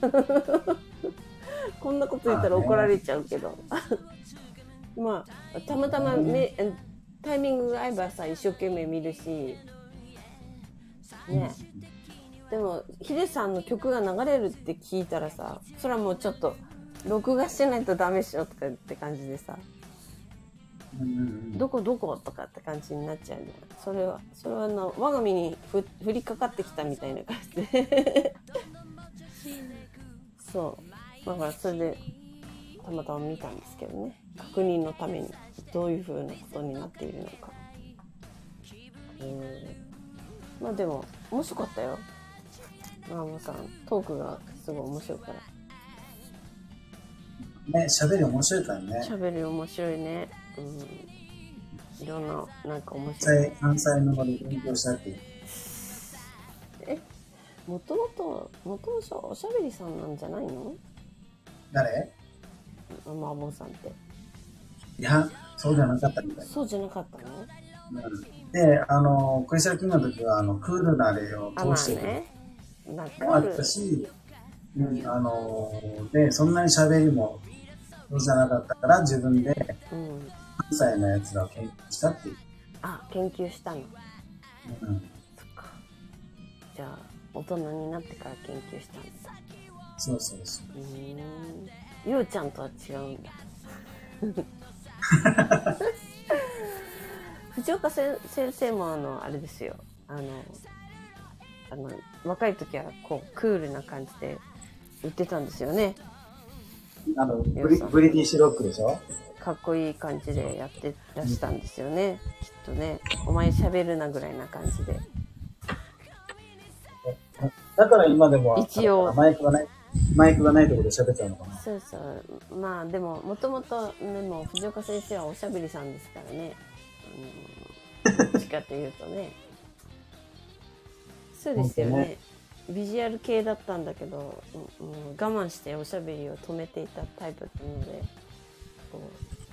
こんなこと言ったら怒られちゃうけど。まあ、たまたまめ、タイミングが合えばさ、一生懸命見るし、ね。でも、ヒデさんの曲が流れるって聞いたらさ、それはもうちょっと、録画してないとダメっしょとかって感じでさ、どこどことかって感じになっちゃうじゃん。それは、それはあの、我が身にふ降りかかってきたみたいな感じで。そう。だからそれで、たまたま見たんですけどね。確認のために、どういう風なことになっているのか。うん。まあでも、面白かったよ。マーモさん、トークがすごい面白いから。 ね、喋り面白いからね。 喋り面白いね。うん。いろんな、なんか面白い。 関西の場で勉強したって。 えもともと、もともとおしゃべりさんなんじゃないの？ 誰？ マーボーさんって。 いや、そうじゃなかったみたい。 そうじゃなかったの？ うん、で、あの、クリスタルキングの時は、あの、クールな例を通してる。 まあね。 もあったし、うん、あの、で、そんなに喋りもそうじゃなかったから、自分で、うん、関西のやつらを研究したっていう。 あ、研究したの。うん。そっか。じゃあ、大人になってから研究したんだ。 そうそうそう。 うーん。ゆうちゃんとは違うんだ。藤岡先生もあの、あれですよ。あの、あの、若い時はこう、クールな感じで言ってたんですよね。 あの、ブリ、ブリティッシュロックでしょ？ かっこいい感じでやってらしたんですよね。きっとね。お前喋るなぐらいな感じで。 だから今でも、 一応。 マイクがない、マイクがないところで喋っちゃうのかな。 そうそう。まあでも、もともと、でも、藤岡先生はおしゃべりさんですからね。あの、どっちかというとね。そうですよね。ねビジュアル系だったんだけど、うん、我慢しておしゃべりを止めていたタイプなので、こ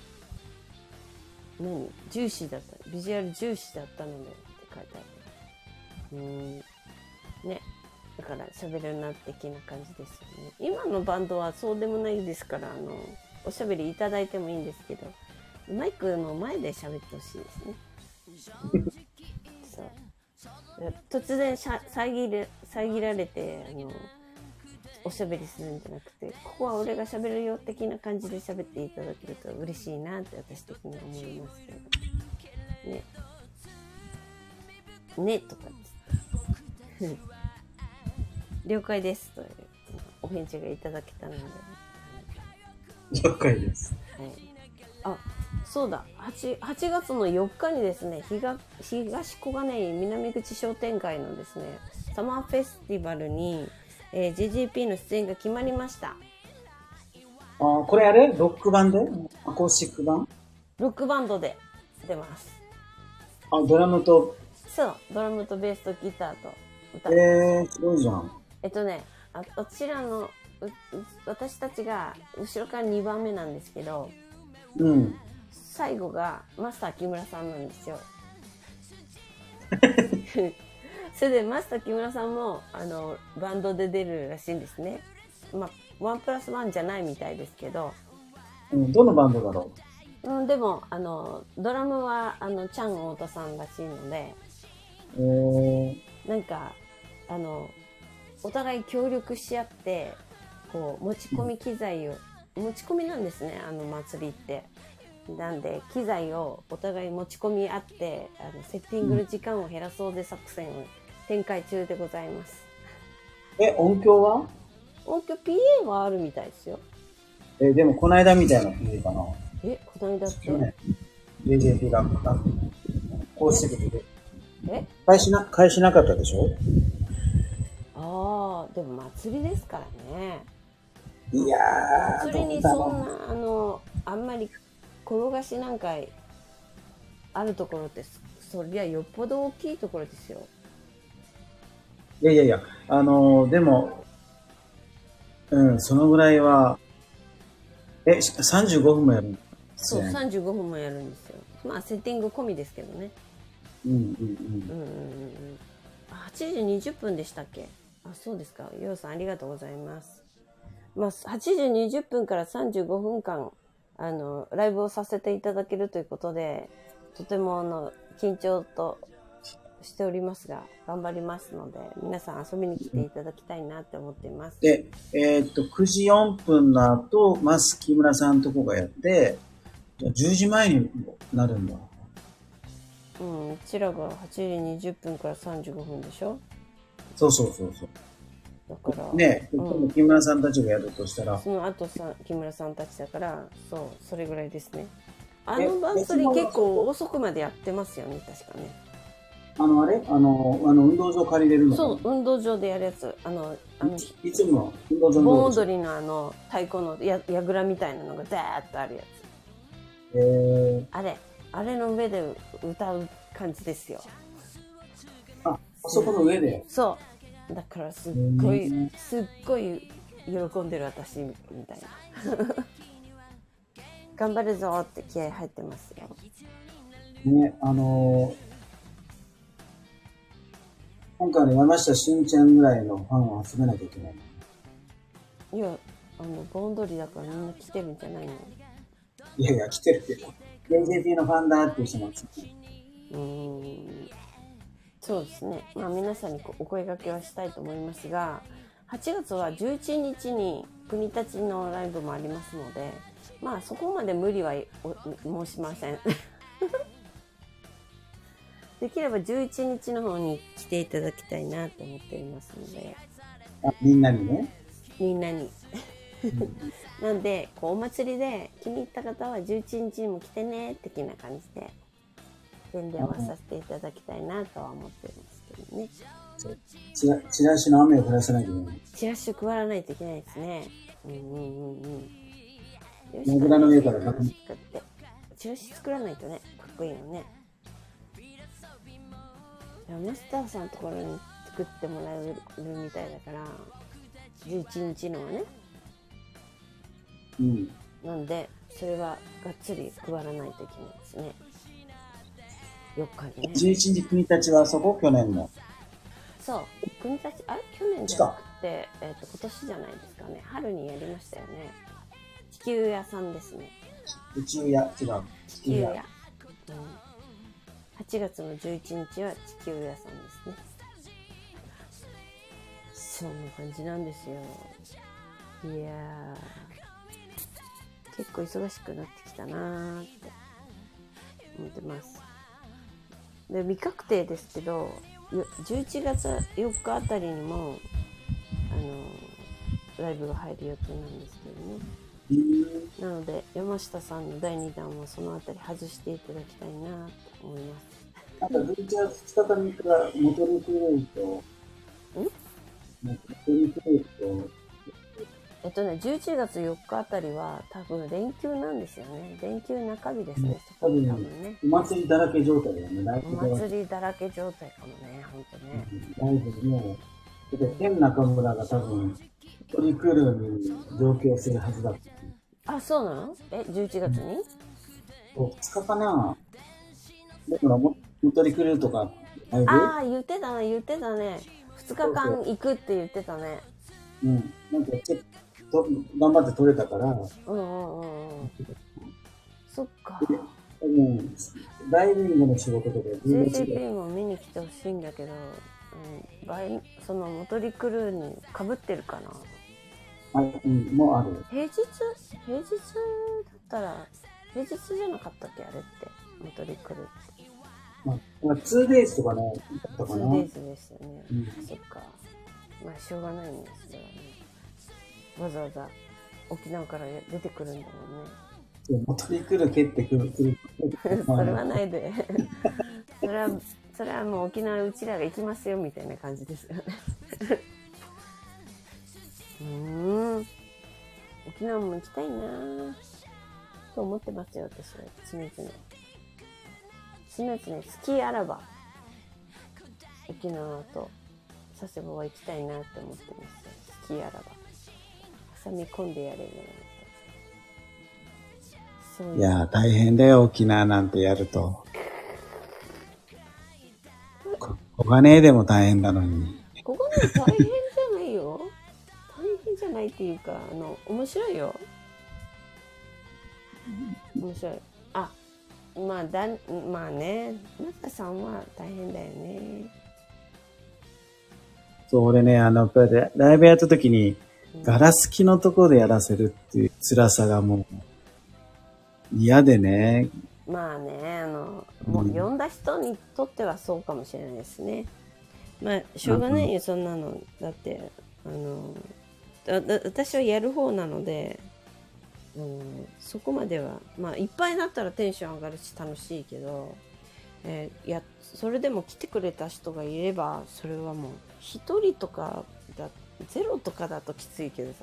う、何重視だった。ビジュアル重視だったのでって書いてある。うーん。ね。だから喋れるな的な感じですよね。今のバンドはそうでもないですから、あの、おしゃべりいただいてもいいんですけど、マイクの前で喋ってほしいですね。そう。突然遮れ、遮られて、あの、おしゃべりするんじゃなくて、ここは俺が喋るよ的な感じで喋っていただけると嬉しいなって私的には思いますけど。ね。ね、とかです。了解ですというお返事がいただけたので。 了解です。 はい。あ、そうだ。8、はちがつのよっかにですね、東、東小金井南口商店街のですね、サマーフェスティバルに、 えー、ジェージェーピー の出演が決まりました。 あ、これあれロック版でアコースティック版ロックバンドで出ます。 あ、ドラムと。 そう、ドラムとベースとギターと歌。えー、すごいじゃん。 えっとね、あ、こちらの、私たちが後ろからにばんめなんですけど、 うん。 最後がマスター木村さんなんですよ。それでマスター木村さんもあのバンドで出るらしいんですね。まあワンプラスワンじゃないみたいですけど。 うん、どのバンドだろう。うん、でもあのドラムはあのチャン太田さんらしいので。 えー、 なんかあのお互い協力し合ってこう持ち込み機材を、うん、持ち込みなんですね、あの祭りって。なんで機材をお互い持ち込み合ってあのセッティングの時間を減らそうで作戦を展開中でございます。 え、音響は？ 音響 ピーエー はあるみたいですよ。 え、でもこの間みたいな ピーエー かな。 え、この間って？ ジェージェーピー がこうしてくれて。 え？ 返しな、返しなかったでしょ？ ああ、でも祭りですからね。 いやー。祭りにそんな、あの、あんまり転がしなんかあるところって、そりゃよっぽど大きいところですよ。 いやいやいや、あのー、でも、うん、そのぐらいは、え、さんじゅうごふんもやるんですそう、さんじゅうごふんもやるんですよ。まあ、セッティング込みですけどね。 うんうんうん。 うんうんうん。はちじにじゅっぷんでしたっけ？あ、そうですか。ようさんありがとうございます。まあ、はちじにじゅっぷんからさんじゅうごふんかん、あの、ライブをさせていただけるということで、とてもあの、緊張としておりますが、頑張りますので、皆さん遊びに来ていただきたいなって思っています。 で、えー、っと、くじよんぷんの後、マス木村さんとこがやって、じゅうじまえになるんだ。 うん、うちらがはちじにじゅっぷんからさんじゅうごふんでしょ？ そうそうそうそう。 だからね、うん、木村さんたちがやるとしたら。 その後さ、木村さんたちだから、そう、それぐらいですね。あのバンドリ結構遅くまでやってますよね、確かね。 あの、あれあの、あの、運動場借りれるの？ そう、運動場でやるやつ。あの、あの、 いつも運動場盆踊りのあの、太鼓のや、やぐらみたいなのがダーッとあるやつ。 へー。 あれ、あれの上で歌う感じですよ。 あ、あそこの上で？ そう。だからすっごい、すっごい喜んでる私みたいな。頑張るぞって気合入ってますよ。 ね、あのー、今回の山下しんちゃんぐらいのファンを集めなきゃいけない。 いや、あの、盆踊りだからみんな来てるんじゃないの？ いやいや、来てるけど。ジェージェーピー のファンだっていう人も集めて。 うーん。そうですね。まあ皆さんにお声掛けはしたいと思いますが、はちがつはじゅういちにちに国立のライブもありますので、まあそこまで無理は申しません。できればじゅういちにちの方に来ていただきたいなと思っていますので。 あ、みんなにね。 みんなに。なんで、こうお祭りで気に入った方はじゅういちにちにも来てね、的な感じで宣伝はさせていただきたいなとは思ってますけどね。 そうチラ、チラシの雨を降らせないといけない。 チラシを配らないといけないですね。うんうんうんうん。 モグラの上から作って。チラシ作らないとね、かっこいいのね。マスターさんのところに作ってもらえるみたいだから、じゅういちにちのはね。 うん。 なんで、それはがっつり配らないといけないですね。よっかにね。 じゅういちにち国立はそこ去年の。 そう。国立、あれ去年じゃなくて、えっと、今年じゃないですかね。春にやりましたよね。地球屋さんですね。 宇宙屋、違う。 地球屋。うん。はちがつのじゅういちにちは地球屋さんですね。そんな感じなんですよ。いやー。結構忙しくなってきたなーって思ってます。で、未確定ですけど、じゅういちがつよっかあたりにも、あの、ライブが入る予定なんですけどね。なので、山下さんのだいにだんはそのあたり外していただきたいなと思います。 なんかじゅういちがつふつかかみっかが元に来ると、んなんかトリプルと、 えっとね、じゅういちがつよっかあたりは多分連休なんですよね。連休中日ですね、そこ多分ね。 お祭りだらけ状態だよね。 お祭りだらけ状態かもね、ほんとね。 ライブも、で、天中村が多分、トリクルに上京するはずだった。 あ、そうなの？え、じゅういちがつに？ ふつかかな。だからも、もトリクルとか、 ああ、言ってたね、言ってたね。ふつかかん行くって言ってたね。 うん。なんかちょっと、頑張って取れたから。うんうんうんうん。そっか。 うん。ダイビングの仕事とかジェイジェーピー も見に来てほしいんだけど、うん、バイそのモトリクルーに被ってるかな。 あ、うん、もうある。 平日平日だったら、平日じゃなかったっけあれって、モトリクルーって。 まあ、ツーデイズとかね、だったかな。 ツーデイズですよね。 うん、 そっか。まあ、しょうがないんですけどね。わざわざ沖縄から出てくるんだもんね。 モトリクル蹴ってくる。それはないで。それは、それはもう沖縄うちらが行きますよみたいな感じですよね。うーん。沖縄も行きたいなぁと思ってますよ、私は。常々。常々スキーあらば、沖縄と佐世保は行きたいなって思ってますよ。スキーあらば。挟み込んでやれるな。いやー、大変だよ、沖縄なんてやると。小金井でも大変なのに。 小金井大変じゃないよ。大変じゃないっていうか、あの、面白いよ。面白い。あ、まあ、だ、まあね、中さんは大変だよね。 そう、俺ね、あの、ライブやった時に、ガラス機のところでやらせるっていう辛さがもう、嫌でね。 まあね、あの、もう呼んだ人にとってはそうかもしれないですね。まあ、しょうがないよ、そんなの。だって、あの、私はやる方なので、うん、そこまでは、まあ、いっぱいになったらテンション上がるし楽しいけど、えー、いや、それでも来てくれた人がいれば、それはもう、一人とかだ、ゼロとかだときついけどさ。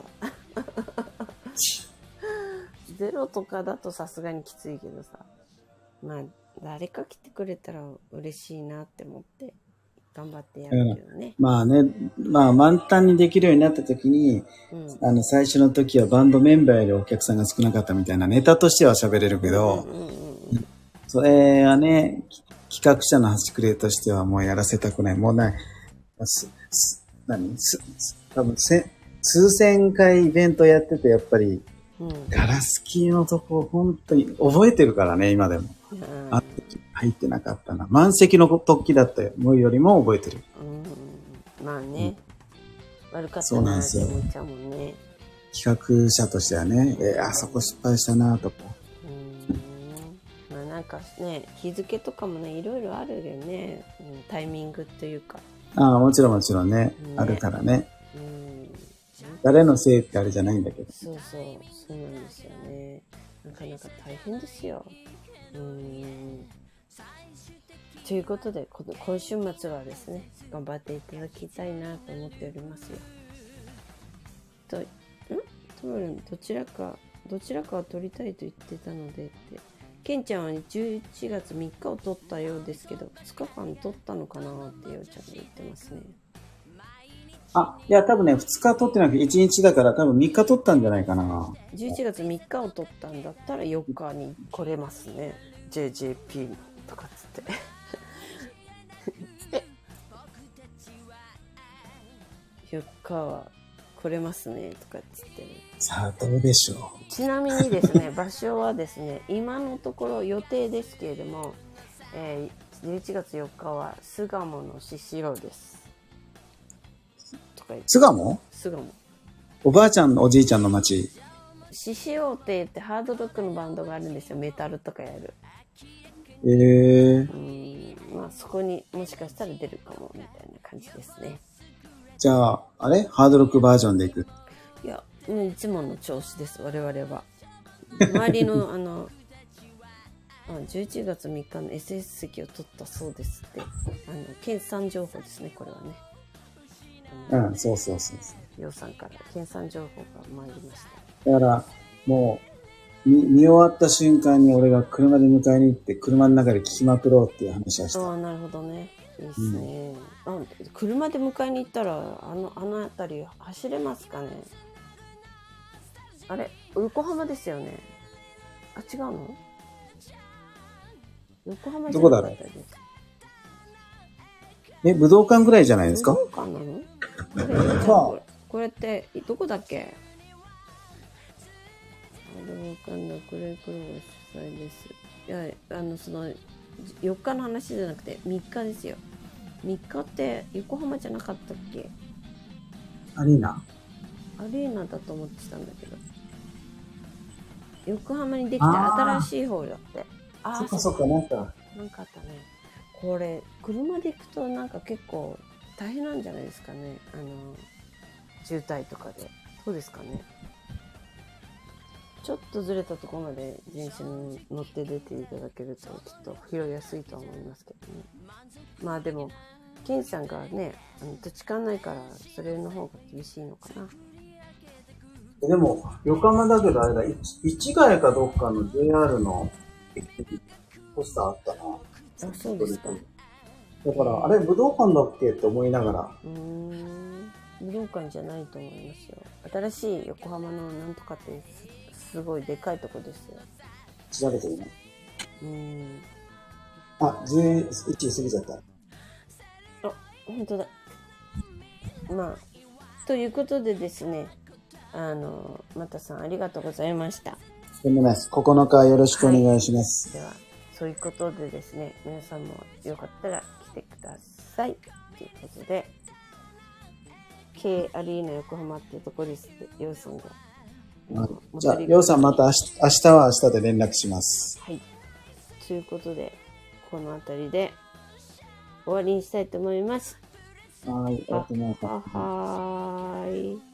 ゼロとかだとさすがにきついけどさ。まあ、誰か来てくれたら嬉しいなって思って、頑張ってやるけどね。 うん、まあね、まあ満タンにできるようになった時に、うん、あの、最初の時はバンドメンバーよりお客さんが少なかったみたいなネタとしては喋れるけど、それはね、企画者の端くれとしてはもうやらせたくない。もうない。す、す、何す、多分せ、数千回イベントやってて、やっぱり、うん、ガラスキーのとこ、本当に覚えてるからね、今でも。うん、あの時入ってなかったな。満席の時だったよよりも覚えてる。 うん、まあね、うん、悪かったなって思っちゃうもんね。 企画者としてはね、えー、あそこ失敗したなとか。 うん、まあなんかね、日付とかもね、いろいろあるよね。うん、タイミングっていうか。 ああ、もちろんもちろんね、ねあるからね。うん、誰のせいってあれじゃないんだけど。 そうそう、そうなんですよね。なかなか大変ですよ。うーん。ということで、この今週末はですね、頑張っていただきたいなと思っておりますよ。と、んトムルン、どちらか、どちらかは取りたいと言ってたのでって。ケンちゃんはじゅういちがつみっかを取ったようですけど、ふつかかん取ったのかなってようちゃんが言ってますね。 あ、いや、多分ね、ふつか取ってなくていちにちだから多分みっか取ったんじゃないかな。 じゅういちがつみっかを取ったんだったらよっかに来れますね。ジェイジェーピー とかつって。よっかは来れますねとかつって。 さあ、どうでしょう。ちなみにですね、場所はですね、今のところ予定ですけれども、えー、じゅういちがつよっかは巣鴨のししろです。 巣鴨？ 巣鴨。 おばあちゃん、おじいちゃんの町。 ししろって言ってハードロックのバンドがあるんですよ。メタルとかやる。 えー。 うん。まあそこにもしかしたら出るかもみたいな感じですね。 じゃあ、あれハードロックバージョンでいく？ いや、いつもの調子です。我々は。周りのあの、あじゅういちがつみっかの エスエス 席を取ったそうですって。あの、県産情報ですね、これはね。 うん、そうそうそうそう。 ようさんから計算情報が参りました。 だから、もう、見、見終わった瞬間に俺が車で迎えに行って、車の中で聞きまくろうっていう話はした。 ああ、なるほどね。いいっすね。うん、あ、車で迎えに行ったら、あの、あの辺り走れますかね。あれ、横浜ですよね。あ、違うの？横浜じゃなかったです。どこだろう？え、武道館ぐらいじゃないですか？ 武道館なの？これ、これってどこだっけ？武道館のクレイクロー主催です。いや、あの、その、よっかの話じゃなくてみっかですよ。みっかって横浜じゃなかったっけ？ アリーナ？ アリーナだと思ってたんだけど。横浜にできた新しい方だって。 ああ、そっかそっか、なんか。 なんかあったね。これ、車で行くとなんか結構大変なんじゃないですかね。あの、渋滞とかで。どうですかね。ちょっとずれたところまで自転車に乗って出ていただけるとちょっと拾いやすいとは思いますけどね。まあでも、ケンさんがね、あの土地勘ないからそれの方が厳しいのかな。 でも、横浜だけどあれだ、市ヶ谷かどっかの ジェイアール のポスターあったな。 あ、そうですか。 だから、あれ武道館だっけって思いながら。 うーん。武道館じゃないと思いますよ。新しい横浜のなんとかってす、すごいでかいとこですよ。 調べてるね。 うーん。 あ、じゅういちじ過ぎちゃった。 あ、本当だ。まあ、ということでですね。あの、またさんありがとうございました。 とんでもないです。ここのかよろしくお願いします。 はい、では、そういうことでですね、皆さんもよかったら来てください。ということで、K アリーナ横浜っていうところですって、ようさんが。 じゃあ、ようさんまた明日、明日は明日で連絡します。 はい。ということで、この辺りで終わりにしたいと思います。 はい、ありがとうございます。 ははーい。